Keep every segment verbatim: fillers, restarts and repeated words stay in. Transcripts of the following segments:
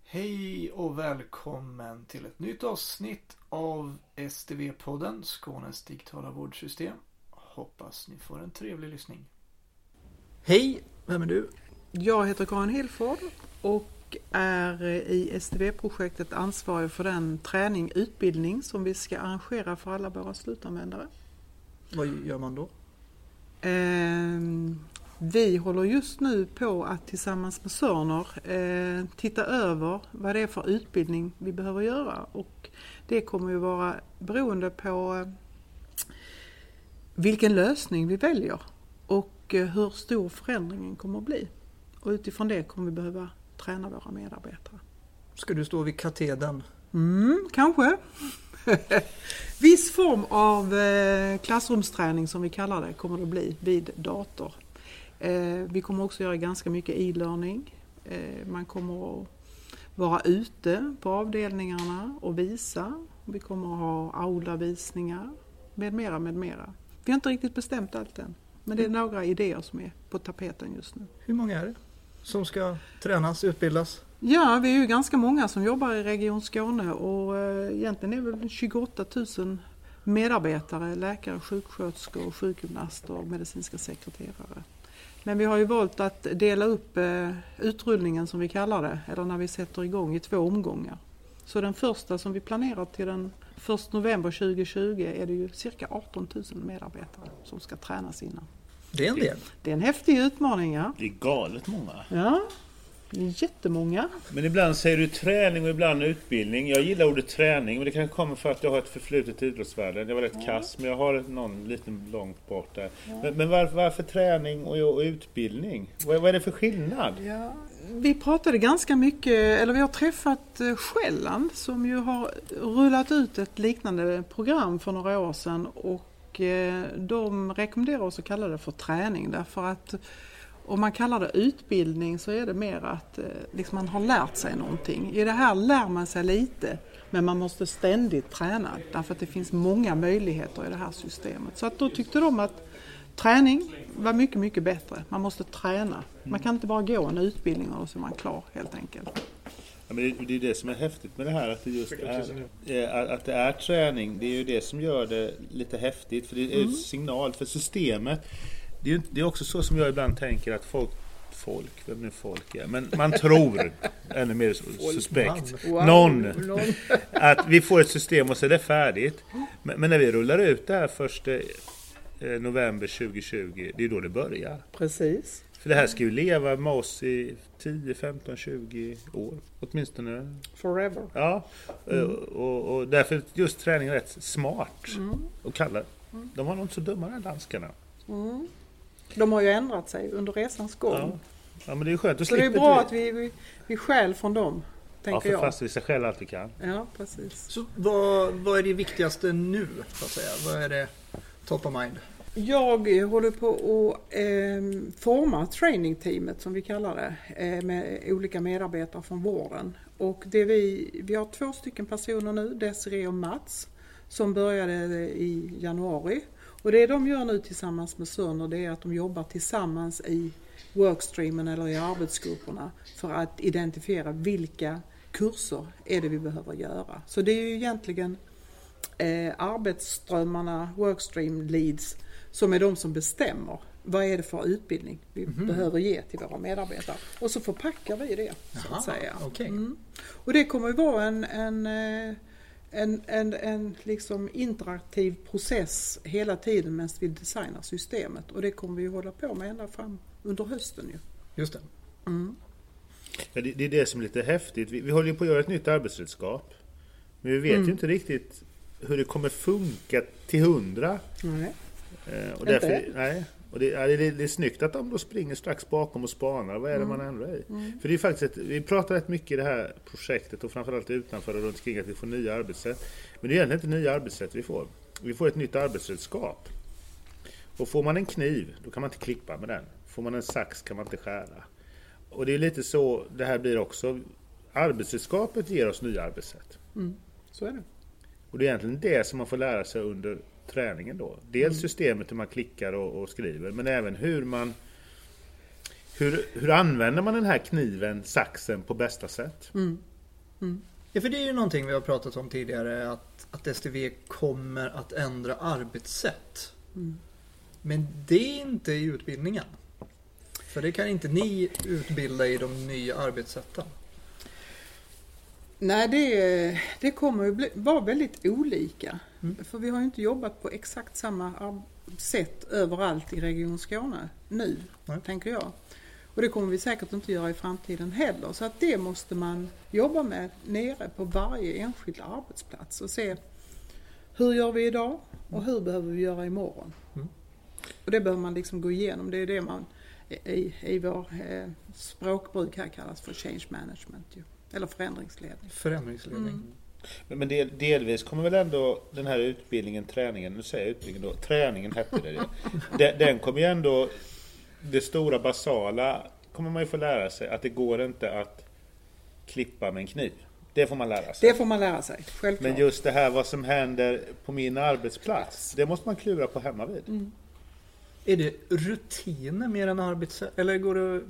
Hej och välkommen till ett nytt avsnitt av S D V-podden, Skånes digitala vårdsystem. Hoppas ni får en trevlig lyssning. Hej, vem är du? Jag heter Karin Hilford och är i S D V-projektet ansvarig för den träning, utbildning som vi ska arrangera för alla våra slutanvändare. Vad gör man då? Eh, vi håller just nu på att tillsammans med Sörner eh, titta över vad det är för utbildning vi behöver göra. Och det kommer ju vara beroende på eh, vilken lösning vi väljer och eh, hur stor förändringen kommer att bli. Och utifrån det kommer vi behöva träna våra medarbetare. Ska du stå vid katedern? Mm, kanske. Viss form av eh, klassrumsträning som vi kallar det kommer det bli vid dator. Eh, vi kommer också göra ganska mycket e-learning. Eh, man kommer att vara ute på avdelningarna och visa. Vi kommer att ha aula-visningar med mera, med mera. Vi har inte riktigt bestämt allt än. Men det är några idéer som är på tapeten just nu. Hur många är det som ska tränas, utbildas? Ja, vi är ju ganska många som jobbar i Region Skåne och eh, egentligen är väl tjugoåtta tusen medarbetare, läkare, sjuksköterskor, sjukgymnaster och medicinska sekreterare. Men vi har ju valt att dela upp eh, utrullningen som vi kallar det, eller när vi sätter igång i två omgångar. Så den första som vi planerar till den första november tjugohundratjugo är det ju cirka arton tusen medarbetare som ska tränas innan. Det är en del. Det är en häftig utmaning, ja. Det är galet många. Ja, det är jättemånga. Men ibland säger du träning och ibland utbildning. Jag gillar ordet träning, men det kan komma för att jag har ett förflutet i idrottsvärlden. Jag var rätt kass, men jag har någon liten långt bort där. Ja. Men, men varför, varför träning och, och utbildning? Vad, vad är det för skillnad? Ja. Vi pratade ganska mycket, eller vi har träffat Själland som ju har rullat ut ett liknande program för några år sedan och de rekommenderar oss att kalla det för träning därför att om man kallar det utbildning så är det mer att liksom man har lärt sig någonting. I det här lär man sig lite men man måste ständigt träna därför att det finns många möjligheter i det här systemet. Så att då tyckte de att träning var mycket, mycket bättre. Man måste träna. Man kan inte bara gå en utbildning och så är man klar helt enkelt. Ja, men det, det är det som är häftigt med det här, att det just är, att det är träning. Det är ju det som gör det lite häftigt, för det är en mm. signal för systemet. Det är, det är också så som jag ibland tänker att folk, folk vem nu folk är, men man tror, ännu mer suspekt, wow. någon, att vi får ett system och så är det färdigt. Men, men när vi rullar ut det här första november tjugohundratjugo, det är då det börjar. Precis. För det här ska ju leva med oss i tio, femton, tjugo år. Åtminstone. Forever. Ja. Mm. Och, och därför är just träning är rätt smart. Mm. Och kalla. Mm. De var nog inte så dumma de danskarna. Mm. De har ju ändrat sig under resans gång. Ja, ja men det är skönt. Så det är bra vi... att vi, vi, vi skäl från dem. Tänker ja, för jag. fast vi ska skälla allt vi kan. Ja, precis. Så vad, vad är det viktigaste nu, så att säga? Vad är det top of mind? Jag håller på att eh, forma trainingteamet som vi kallar det eh, med olika medarbetare från vården. Och det vi, vi har två stycken personer nu, Desiree och Mats, som började i januari. Och det de gör nu tillsammans med Sörner det är att de jobbar tillsammans i workstreamen eller i arbetsgrupperna för att identifiera vilka kurser är det vi behöver göra. Så det är ju egentligen eh, arbetsströmmarna, workstream leads, som är de som bestämmer vad är det för utbildning vi mm. behöver ge till våra medarbetare. Och så förpackar vi det, så Jaha, att säga. Okay. Mm. Och det kommer ju vara en, en, en, en, en liksom interaktiv process hela tiden medan vi designar systemet. Och det kommer vi ju hålla på med ända fram under hösten ju. Just det. Mm. Ja, det, det är det som är lite häftigt. Vi, vi håller ju på att göra ett nytt arbetsredskap. Men vi vet mm. ju inte riktigt hur det kommer funka till hundra. Nej. Eh, och därför, nej, och det, ja, det, det är snyggt att de då springer strax bakom och spanar. Vad är det mm. man ändrar i? Mm. För det är faktiskt ett, vi pratar rätt mycket i det här projektet och framförallt utanför och runt omkring att vi får nya arbetssätt. Men det är egentligen inte nya arbetssätt vi får. Vi får ett nytt arbetsredskap. Och får man en kniv, då kan man inte klippa med den. Får man en sax kan man inte skära. Och det är lite så det här blir också. Arbetsredskapet ger oss nya arbetssätt. Mm. Så är det. Och det är egentligen det som man får lära sig under träningen då. Dels mm. systemet hur man klickar och, och skriver, men även hur man hur, hur använder man den här kniven, saxen på bästa sätt. Mm. Mm. Ja, för det är ju någonting vi har pratat om tidigare, att, att S T V kommer att ändra arbetssätt. Mm. Men det är inte i utbildningen. För det kan inte ni utbilda i de nya arbetssätten. Nej, det, det kommer ju bli, vara väldigt olika. Mm. För vi har ju inte jobbat på exakt samma sätt överallt i Region Skåne nu, Nej. tänker jag. Och det kommer vi säkert inte göra i framtiden heller. Så att det måste man jobba med nere på varje enskild arbetsplats och se hur gör vi idag och hur behöver vi göra imorgon. Mm. Och det behöver man liksom gå igenom. Det är det man i, i vår eh, språkbruk här kallas för change management. Ju. Eller förändringsledning. Förändringsledning. Mm. Men, men del, delvis kommer väl ändå den här utbildningen, träningen, nu säger jag utbildningen då, träningen hette det det. Den, den kommer ju ändå, det stora basala kommer man ju få lära sig att det går inte att klippa med en kniv. Det får man lära sig. Det får man lära sig, självklart. Men just det här vad som händer på min arbetsplats, det måste man klura på hemma vid. Mm. Är det rutiner mer än arbetssätt? Eller går det...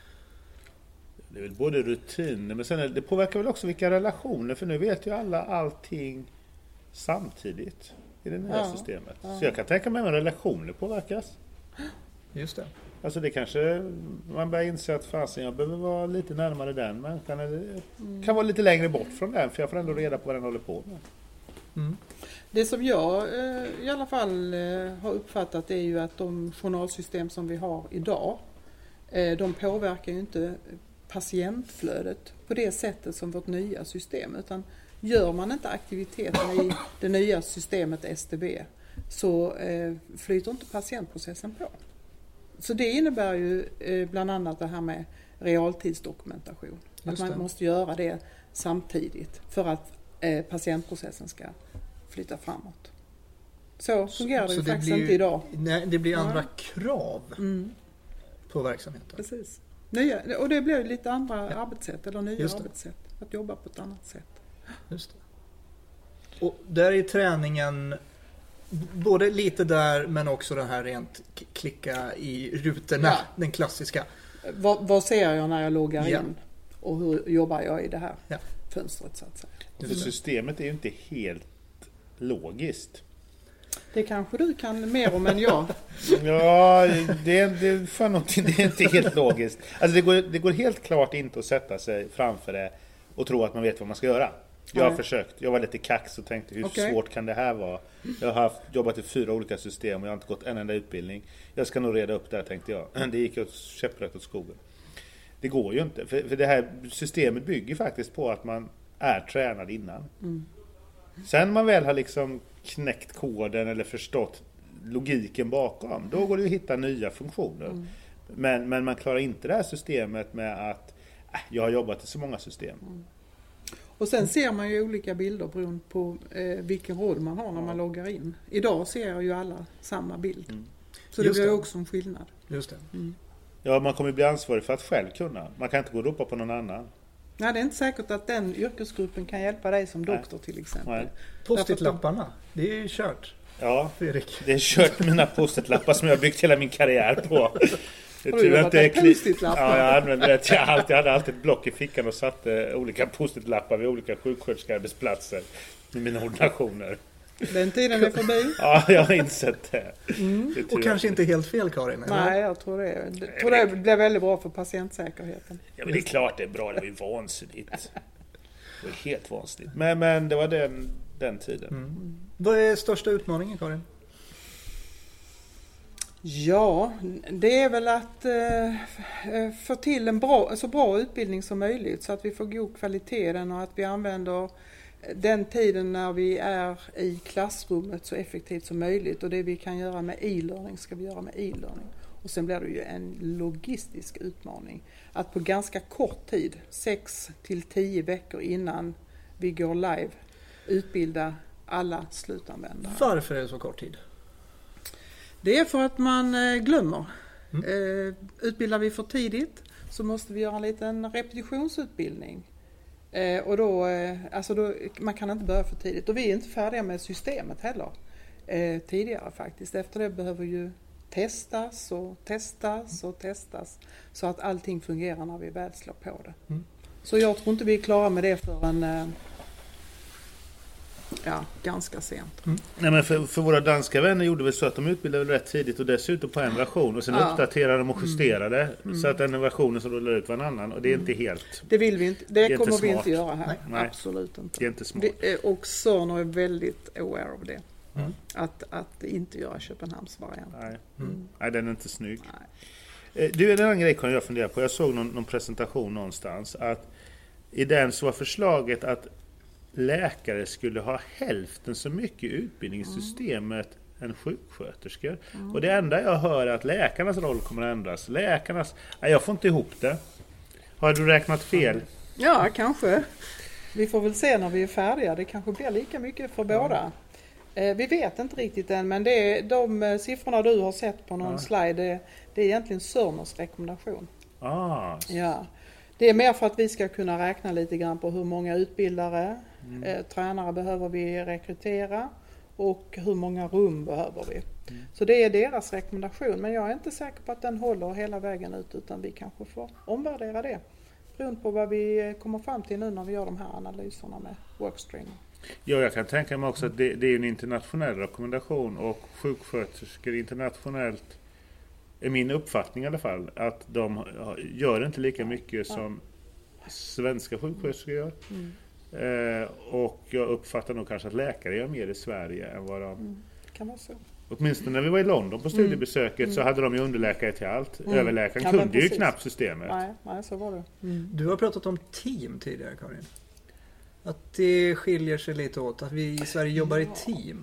Det är väl både rutiner, men sen är det, det påverkar väl också vilka relationer, för nu vet ju alla allting samtidigt i det nya Ja, systemet. ja. Så jag kan tänka mig att relationer påverkas. Just det. Alltså det kanske man börjar inse att fasen, jag behöver vara lite närmare den människan, eller Mm. kan vara lite längre bort från den, för jag får ändå reda på vad den håller på med. Mm. Det som jag eh, i alla fall eh, har uppfattat är ju att de journalsystem som vi har idag, eh, de påverkar ju inte patientflödet på det sättet som vårt nya system, utan gör man inte aktiviteten i det nya systemet S T B så eh, flyter inte patientprocessen på. Så det innebär ju eh, bland annat det här med realtidsdokumentation. Att Just man det. måste göra det samtidigt för att eh, patientprocessen ska flytta framåt. Så fungerar det ju det faktiskt blir inte idag. Nej, det blir Ja. andra krav Mm, på verksamheten. precis. Nya, och det blir ju lite andra Ja. arbetssätt eller nya Just det. arbetssätt. Att jobba på ett annat sätt. Just det. Och där är träningen både lite där, men också den här rent k- klicka i rutorna, Ja. den klassiska. Vad, vad ser jag när jag loggar Ja. in? Och hur jobbar jag i det här Ja. fönstret så att säga. För Just det. systemet är ju inte helt logiskt. Det kanske du kan mer om än jag. Ja, det, det, fan någonting, det är inte helt logiskt. Alltså det går, det går helt klart inte att sätta sig framför det och tro att man vet vad man ska göra. Jag har Nej. försökt. Jag var lite kax och tänkte hur Okej. svårt kan det här vara? Jag har haft, jobbat i fyra olika system och jag har inte gått en enda utbildning. Jag ska nog reda upp det här, tänkte jag. Det gick åt käpprätt åt skogen. Det går ju inte. För, för det här systemet bygger faktiskt på att man är tränad innan. Mm. Sen man väl har liksom knäckt koden eller förstått logiken bakom, då går det att hitta nya funktioner. Mm. Men, men man klarar inte det här systemet med att äh, jag har jobbat i så många system. Och sen ser man ju olika bilder beroende på eh, vilken roll man har när man loggar in. Idag ser ju alla samma bild. Mm. Så det Just blir ju det. också en skillnad. Just det. Mm. Ja, man kommer bli ansvarig för att själv kunna. Man kan inte gå och ropa på någon annan. Nej, det är inte säkert att den yrkesgruppen kan hjälpa dig som Nej. doktor till exempel. Nej. Post-it-lapparna, det är ju kört, Ja, Fredrik. det är kört mina post-it-lappar som jag har byggt hela min karriär på. Det Har du jobbat med kli- post-it-lappar? Ja, jag använde det. Jag alltid, hade alltid ett block i fickan och satte olika post-it-lappar vid olika sjuksköterskearbetsplatser med mina ordinationer. Den tiden är förbi. Ja, jag har insett det. Mm. det är tur Och att- kanske inte helt fel, Karin? eller? Nej, jag tror det. Jag tror det blir väldigt bra för patientsäkerheten. Ja, men det är klart det är bra. Det var ju vansinnigt. Det var helt vansinnigt. Men, men det var den, den tiden. Mm. Vad är största utmaningen, Karin? Ja, det är väl att eh, få till en bra, så bra utbildning som möjligt så att vi får god kvalitet i den och att vi använder den tiden när vi är i klassrummet så effektivt som möjligt. Och det vi kan göra med e-learning ska vi göra med e-learning. Och sen blir det ju en logistisk utmaning. Att på ganska kort tid, sex till tio veckor innan vi går live, utbilda alla slutanvändare. Varför är det så kort tid? Det är för att man eh, glömmer. Mm. Eh, utbildar vi för tidigt så måste vi göra en liten repetitionsutbildning. Eh, och då, eh, alltså då, man kan inte börja för tidigt. Och vi är inte färdiga med systemet heller. Eh, tidigare faktiskt. Efter det behöver ju testas och testas och testas. Så att allting fungerar när vi väl slår på det. Mm. Så jag tror inte vi är klara med det förrän eh, ja, ganska sent. Mm. Nej, men för, för våra danska vänner gjorde vi så att de utbildade rätt tidigt och dessutom på en version och sen ja. uppdaterade de och justerade mm. så att den versionen som rullar ut var en annan och det är inte helt. Det vill vi inte. Det, det kommer inte vi inte göra här. Nej. Absolut inte. Det är inte smart. Det är också när jag är väldigt aware av det. Mm. Att, att inte göra Köpenhamns variant. Nej. Mm. Nej, den är inte snygg. Nej. Du, en annan grej kan jag fundera på. Jag såg någon, någon presentation någonstans att i den så var förslaget att läkare skulle ha hälften så mycket utbildning i systemet mm. än sjuksköterskor. Mm. Och det enda jag hör är att läkarnas roll kommer att ändras. Läkarnas... Nej, jag får inte ihop det. Har du räknat fel? Ja, kanske. Vi får väl se när vi är färdiga. Det kanske blir lika mycket för mm. båda. Eh, vi vet inte riktigt än, men det är de siffrorna du har sett på någon ja. slide, det, det är egentligen Sörners rekommendation. Ah. Ja. Det är mer för att vi ska kunna räkna lite grann på hur många utbildare, mm. eh, tränare behöver vi rekrytera och hur många rum behöver vi. Mm. Så det är deras rekommendation, men jag är inte säker på att den håller hela vägen ut, utan vi kanske får omvärdera det. Beroende på vad vi kommer fram till nu när vi gör de här analyserna med workstream. Ja, jag kan tänka mig också att det, det är en internationell rekommendation och sjuksköterskor internationellt är min uppfattning i alla fall att de gör inte lika mycket som svenska sjuksköterskor gör. Mm. Eh, och jag uppfattar nog kanske att läkare gör mer i Sverige än vad de... Mm. Kan vara så. Åtminstone när vi var i London på studiebesöket mm. så hade de ju underläkare till allt. Mm. Överläkaren ja, kunde ju knappt systemet. Nej, nej, så var det. Mm. Du har pratat om team tidigare, Karin. Att det skiljer sig lite åt, att vi i Sverige jobbar i team.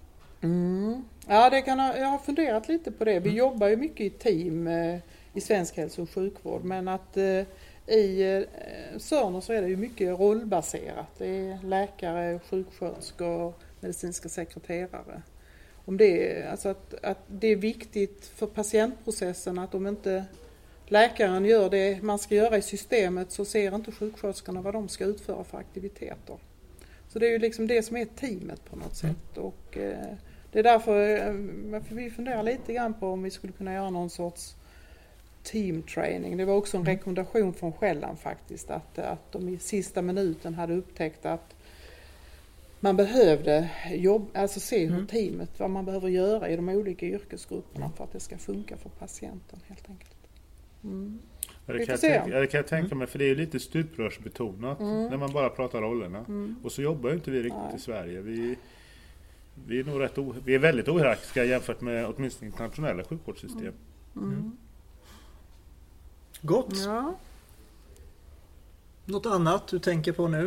Mm. Ja, det kan jag, jag har funderat lite på det. Vi mm. jobbar ju mycket i team eh, i svensk hälso- och sjukvård. Men att eh, i eh, Sörner så är det ju mycket rollbaserat. Det är läkare, sjuksköterskor, medicinska sekreterare. Om det, är, alltså att, att det är viktigt för patientprocessen att om inte läkaren gör det man ska göra i systemet så ser inte sjuksköterskorna vad de ska utföra för aktiviteter. Så det är ju liksom det som är teamet på något sätt. Och eh, det är därför eh, vi funderar lite grann på om vi skulle kunna göra någon sorts teamtraining. Det var också en rekommendation från Själland faktiskt att, att de i sista minuten hade upptäckt att man behövde jobb, alltså se hur teamet, vad man behöver göra i de olika yrkesgrupperna för att det ska funka för patienten helt enkelt. Mm. Ja, det, kan jag tänka, det kan jag tänka mig, för det är ju lite stuprörsbetonat mm. när man bara pratar rollerna. Mm. Och så jobbar ju inte vi riktigt Nej. i Sverige. Vi, vi, är nog rätt o, vi är väldigt ohierarkiska jämfört med åtminstone internationella sjukvårdssystem. Mm. Mm. Gott! Ja. Något annat du tänker på nu?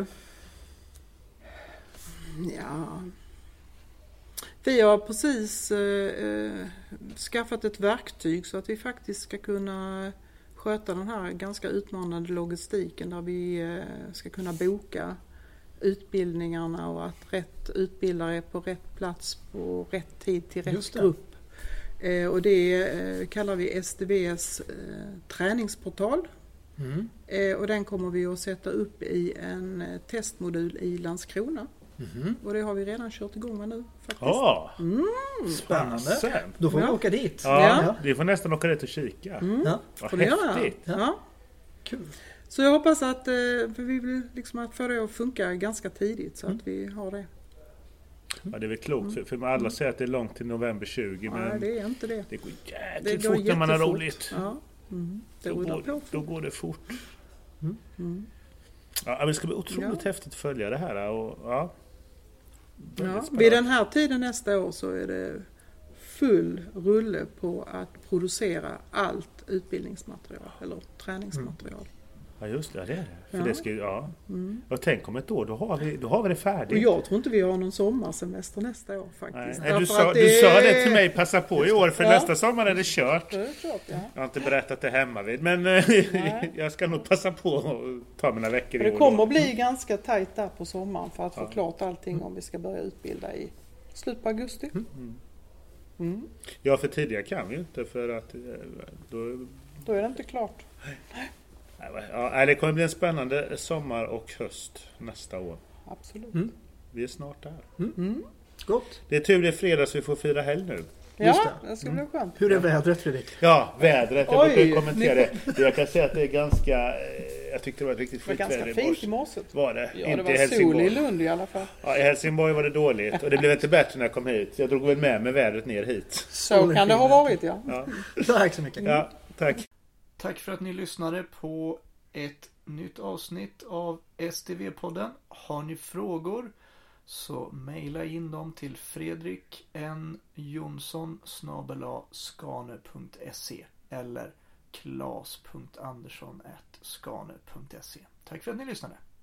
Ja... Vi har precis eh, skaffat ett verktyg så att vi faktiskt ska kunna sköta den här ganska utmanande logistiken där vi eh, ska kunna boka utbildningarna och att rätt utbildare är på rätt plats på rätt tid till rätt grupp. Eh, och det eh, kallar vi S D V:s eh, träningsportal. Mm. Eh, och den kommer vi att sätta upp i en eh, testmodul i Landskrona. Mm-hmm. Och det har vi redan kört igång med nu faktiskt. Oh, mm. Spännande. Då får vi ja. åka dit. Ja, ja. Vi får nästan åka dit och kika. Mm. Ja. Vad häftigt. Ja. Ja. Kul. Så jag hoppas att för vi vill liksom att få det att funka ganska tidigt så mm. att vi har det. Ja, det är väl klokt. Mm. För alla säger att det är långt till november tjugo. Men Nej, det är inte det. Det går jäkligt det går fort när man har roligt. Ja. Mm. Det då, går, på. då går det fort. Mm. Mm. Ja, det ska bli otroligt ja. häftigt att följa det här. Och, ja. Ja, vid den här tiden nästa år så är det full rulle på att producera allt utbildningsmaterial eller träningsmaterial. Mm. Ja just det, det är det. För ja. det ska, ja. Mm. Och tänk om ett år, då har vi, då har vi det färdigt. Och jag tror inte vi har någon sommarsemester nästa år faktiskt. Nej, du sa, det... du sa det till mig, passa på i år för ja. nästa sommar är det kört. Det är kört ja. Jag har inte berättat det hemma vid, men jag ska nog passa på och ta mina veckor för i år. Det kommer att bli ganska tajt där på sommaren för att få ja. klart allting om vi ska börja utbilda i slut på augusti. Mm. Mm. Ja, för tidigare kan vi inte för att då, då är det inte klart. Ja, det kommer bli en spännande sommar och höst nästa år. Absolut. Mm. Vi är snart där. Mm. Mm. Gott. Det är tur det är fredag så vi får fira helg nu. Just Ja, det. det skulle bli skönt. Hur är vädret, Fredrik? Ja, vädret. Jag Oj, brukar ju kommentera ni- det. Jag kan säga att det är ganska... eh, Jag tyckte det var ett riktigt Det var skit ganska väder i fint morse. i morse. Var det? Ja, Inte det i var sol i Helsingborg. Lund i alla fall. Ja, i Helsingborg var det dåligt. Och det blev inte bättre när jag kom hit. Jag drog väl med mig vädret ner hit. Så kan det ha varit, ja. Ja, Tack så mycket. ja tack. Tack för att ni lyssnade på ett nytt avsnitt av S T V-podden. Har ni frågor så mejla in dem till Fredrik N Jonsson snabel-a skane punkt se eller klas punkt andersson at skane punkt se. Tack för att ni lyssnade.